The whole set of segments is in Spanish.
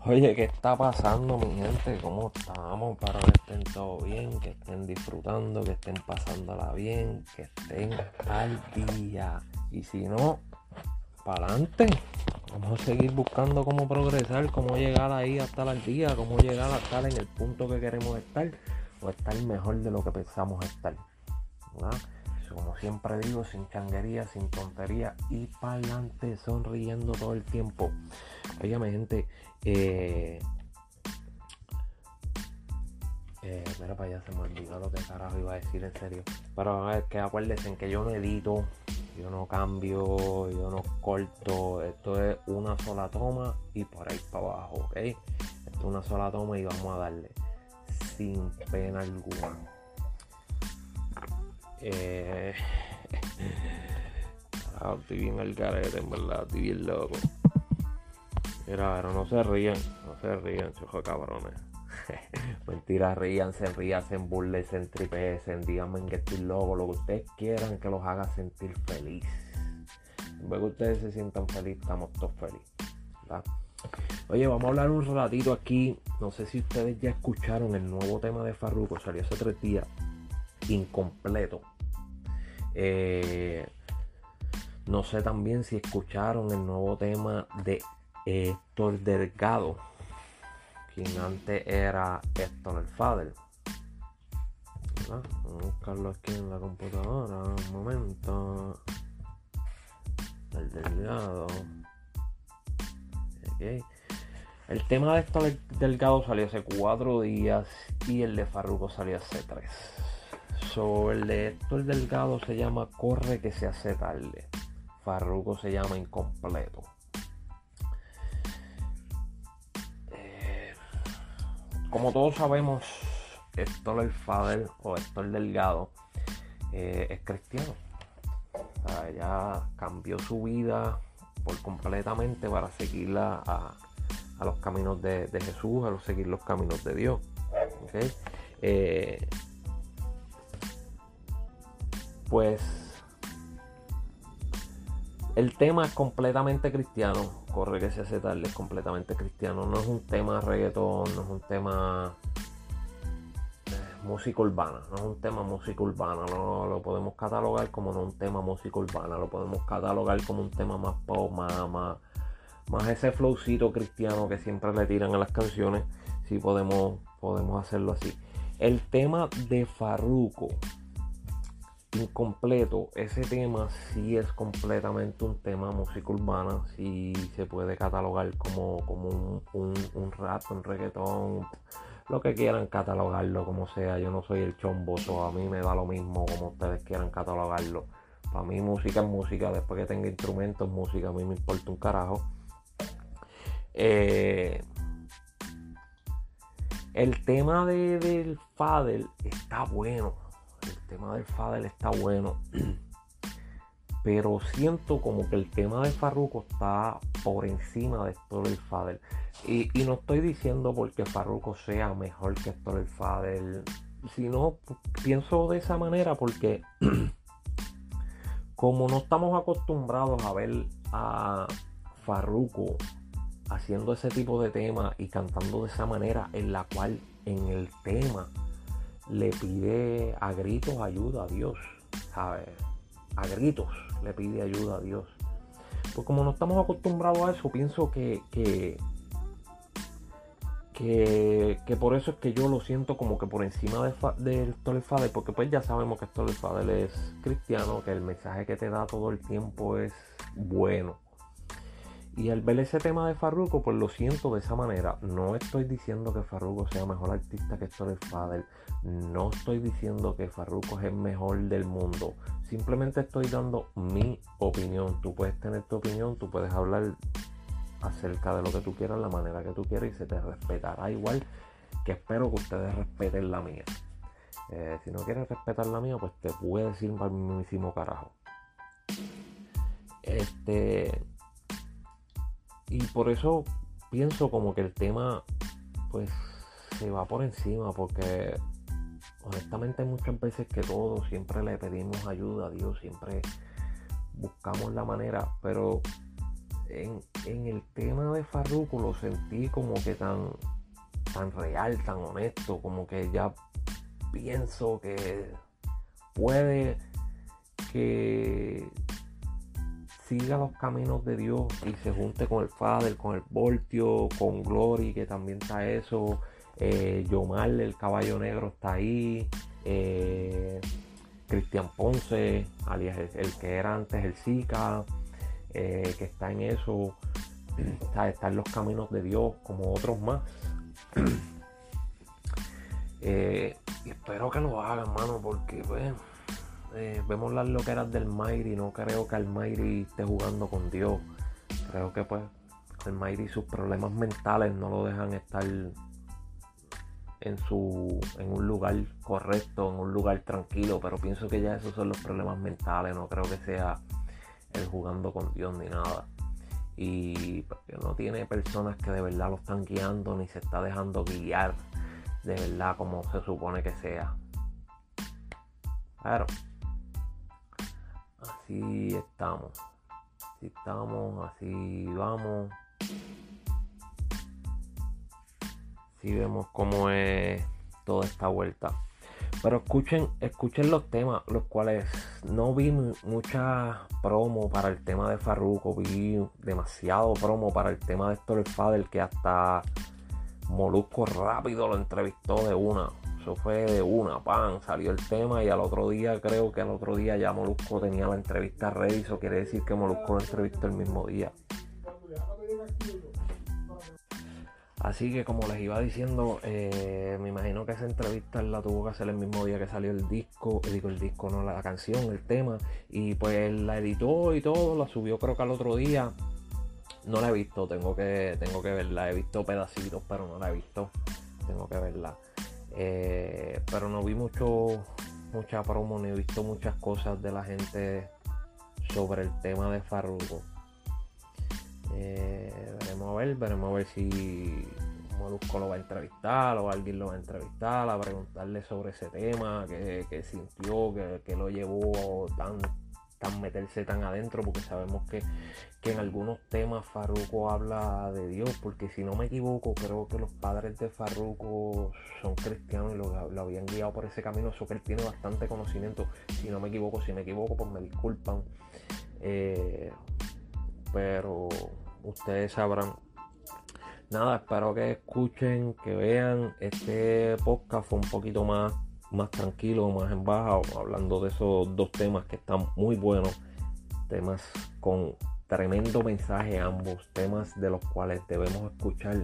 Oye, ¿qué está pasando, mi gente? ¿Cómo estamos? Para que estén todo bien, que estén disfrutando, que estén pasándola bien, que estén al día. Y si no, para adelante. Vamos a seguir buscando cómo progresar, cómo llegar ahí hasta el día, cómo llegar a estar en el punto que queremos estar o estar mejor de lo que pensamos estar, ¿verdad? Como siempre digo, sin changuería, sin tontería y para adelante, sonriendo todo el tiempo. Óyeme, gente, mira para allá, se me olvidó lo que carajo iba a decir en serio. Pero es que acuérdense que yo no edito, yo no cambio, yo no corto. Esto es una sola toma y por ahí para abajo, ¿ok? Esto es una sola toma y vamos a darle sin pena alguna. Estoy bien al garete, en verdad, estoy bien loco. Mira, pero no se rían, chojos cabrones. Mentira, ríanse, burlense, tripesen, díganme que estoy loco, lo que ustedes quieran que los haga sentir feliz. En vez que ustedes se sientan felices, estamos todos felices, ¿verdad? Oye, vamos a hablar un ratito aquí. No sé si ustedes ya escucharon el nuevo tema de Farruko, salió hace 3 días, Incompleto. No sé también si escucharon el nuevo tema de Héctor Delgado, quien antes era Héctor el Father. Vamos a buscarlo aquí en la computadora. Un momento. El Delgado. Okay. El tema de Héctor Delgado salió hace 4 días y el de Farruko salió hace 3. El de Héctor Delgado se llama Corre que se hace tarde. Farruko se llama Incompleto. Como todos sabemos, Héctor el Father o Héctor Delgado es cristiano. O sea, ella cambió su vida por completamente para seguir a los caminos de Jesús, a seguir los caminos de Dios. ¿Okay? Pues el tema es completamente cristiano. Corre que se hace tarde, es completamente cristiano. No es un tema reggaetón, no es un tema música urbana, no es un tema música urbana, no lo podemos catalogar como no un tema música urbana, lo podemos catalogar como un tema más pop, más ese flowcito cristiano que siempre le tiran a las canciones. Sí, podemos hacerlo así. El tema de Farruko, Incompleto, ese tema sí es completamente un tema música urbana, sí se puede catalogar como un rap, un reggaetón, lo que quieran catalogarlo, como sea. Yo no soy el chomboso, a mí me da lo mismo como ustedes quieran catalogarlo. Para mí música es música, después que tenga instrumentos, música, a mí me importa un carajo. El tema del Fadel está bueno. El tema del Fadel está bueno. Pero siento como que el tema de Farruko está por encima de Héctor el Father. Y no estoy diciendo porque Farruko sea mejor que Héctor el Father, sino pienso de esa manera porque como no estamos acostumbrados a ver a Farruko haciendo ese tipo de tema y cantando de esa manera, en la cual en el tema le pide a gritos ayuda a Dios, ¿sabes? A gritos le pide ayuda a Dios. Pues como no estamos acostumbrados a eso, pienso que por eso es que yo lo siento como que por encima de Héctor el Father, porque pues ya sabemos que Héctor el Father es cristiano, que el mensaje que te da todo el tiempo es bueno. Y al ver ese tema de Farruko, pues lo siento de esa manera. No estoy diciendo que Farruko sea mejor artista que Héctor el Father. No estoy diciendo que Farruko es el mejor del mundo. Simplemente estoy dando mi opinión. Tú puedes tener tu opinión, tú puedes hablar acerca de lo que tú quieras, la manera que tú quieras, y se te respetará igual, que espero que ustedes respeten la mía. Si no quieres respetar la mía, pues te puedes decir para el mismísimo carajo. Y por eso pienso como que el tema pues se va por encima, porque honestamente muchas veces que todos siempre le pedimos ayuda a Dios, siempre buscamos la manera, pero en el tema de Farruko lo sentí como que tan real, tan honesto, como que ya pienso que puede que siga los caminos de Dios y se junte con el Father, con el Voltio, con Glory, que también está eso, Yomar, el caballo negro, está ahí, Cristian Ponce, alias el que era antes el Zika, que está en eso, está en los caminos de Dios, como otros más. Y espero que lo hagan, mano, porque pues vemos las loqueras del Mayri. No creo que Almighty esté jugando con Dios. Creo que pues Almighty y sus problemas mentales no lo dejan estar en un lugar correcto, en un lugar tranquilo, pero pienso que ya esos son los problemas mentales. No creo que sea él jugando con Dios ni nada. Y porque no tiene personas que de verdad lo están guiando, ni se está dejando guiar de verdad como se supone que sea. Pero así estamos, así vamos. Así vemos cómo es toda esta vuelta. Pero escuchen los temas, los cuales no vi mucha promo para el tema de Farruko, vi demasiado promo para el tema de Héctor el Father, que hasta Molusco rápido lo entrevistó de una. Eso fue de una, pan, salió el tema y creo que al otro día ya Molusco tenía la entrevista ready. Eso quiere decir que Molusco lo entrevistó el mismo día. Así que como les iba diciendo, me imagino que esa entrevista la tuvo que hacer el mismo día que salió el disco, no, la canción, el tema, y pues la editó y todo, la subió creo que al otro día. No la he visto, tengo que verla, he visto pedacitos, pero no la he visto, tengo que verla. Pero no vi mucha promo, ni he visto muchas cosas de la gente sobre el tema de Farruko. Veremos a ver si Molusco lo va a entrevistar o alguien lo va a entrevistar, a preguntarle sobre ese tema, que sintió, que lo llevó tan meterse tan adentro, porque sabemos que en algunos temas Farruko habla de Dios, porque si no me equivoco, creo que los padres de Farruko son cristianos y lo habían guiado por ese camino, eso que él tiene bastante conocimiento. Si no me equivoco, pues me disculpan, pero ustedes sabrán. Nada, espero que escuchen, que vean. Este podcast fue un poquito más tranquilo, más en baja, hablando de esos dos temas que están muy buenos, temas con tremendo mensaje, ambos temas de los cuales debemos escuchar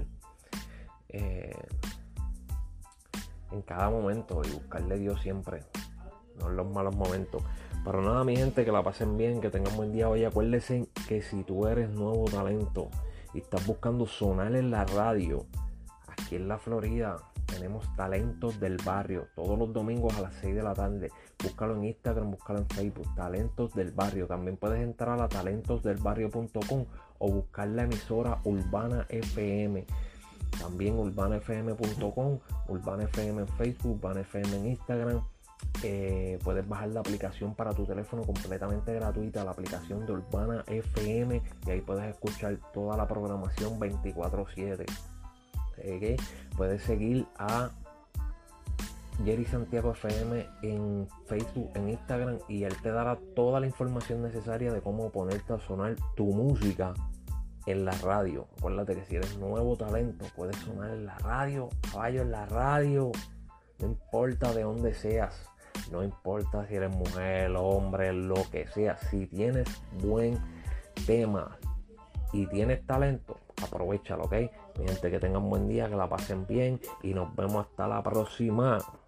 en cada momento y buscarle a Dios siempre, no en los malos momentos. Pero nada, mi gente, que la pasen bien, que tengan buen día. Oye, acuérdense que si tú eres nuevo talento y estás buscando sonar en la radio, aquí en la Florida tenemos Talentos del Barrio, todos los domingos a las 6 de la tarde. Búscalo en Instagram, búscalo en Facebook, Talentos del Barrio. También puedes entrar a talentosdelbarrio.com o buscar la emisora Urbana FM. También urbanafm.com, Urbana FM en Facebook, Urbana FM en Instagram. Puedes bajar la aplicación para tu teléfono completamente gratuita, la aplicación de Urbana FM, y ahí puedes escuchar toda la programación 24/7. ¿Okay? Puedes seguir a Jerry Santiago FM en Facebook, en Instagram, y él te dará toda la información necesaria de cómo ponerte a sonar tu música en la radio. Acuérdate que si eres nuevo talento, puedes sonar en la radio, caballo, en la radio. No importa de dónde seas, no importa si eres mujer, hombre, lo que sea. Si tienes buen tema y tienes talento, aprovechalo, ¿ok? Mi gente, que tengan buen día, que la pasen bien y nos vemos hasta la próxima.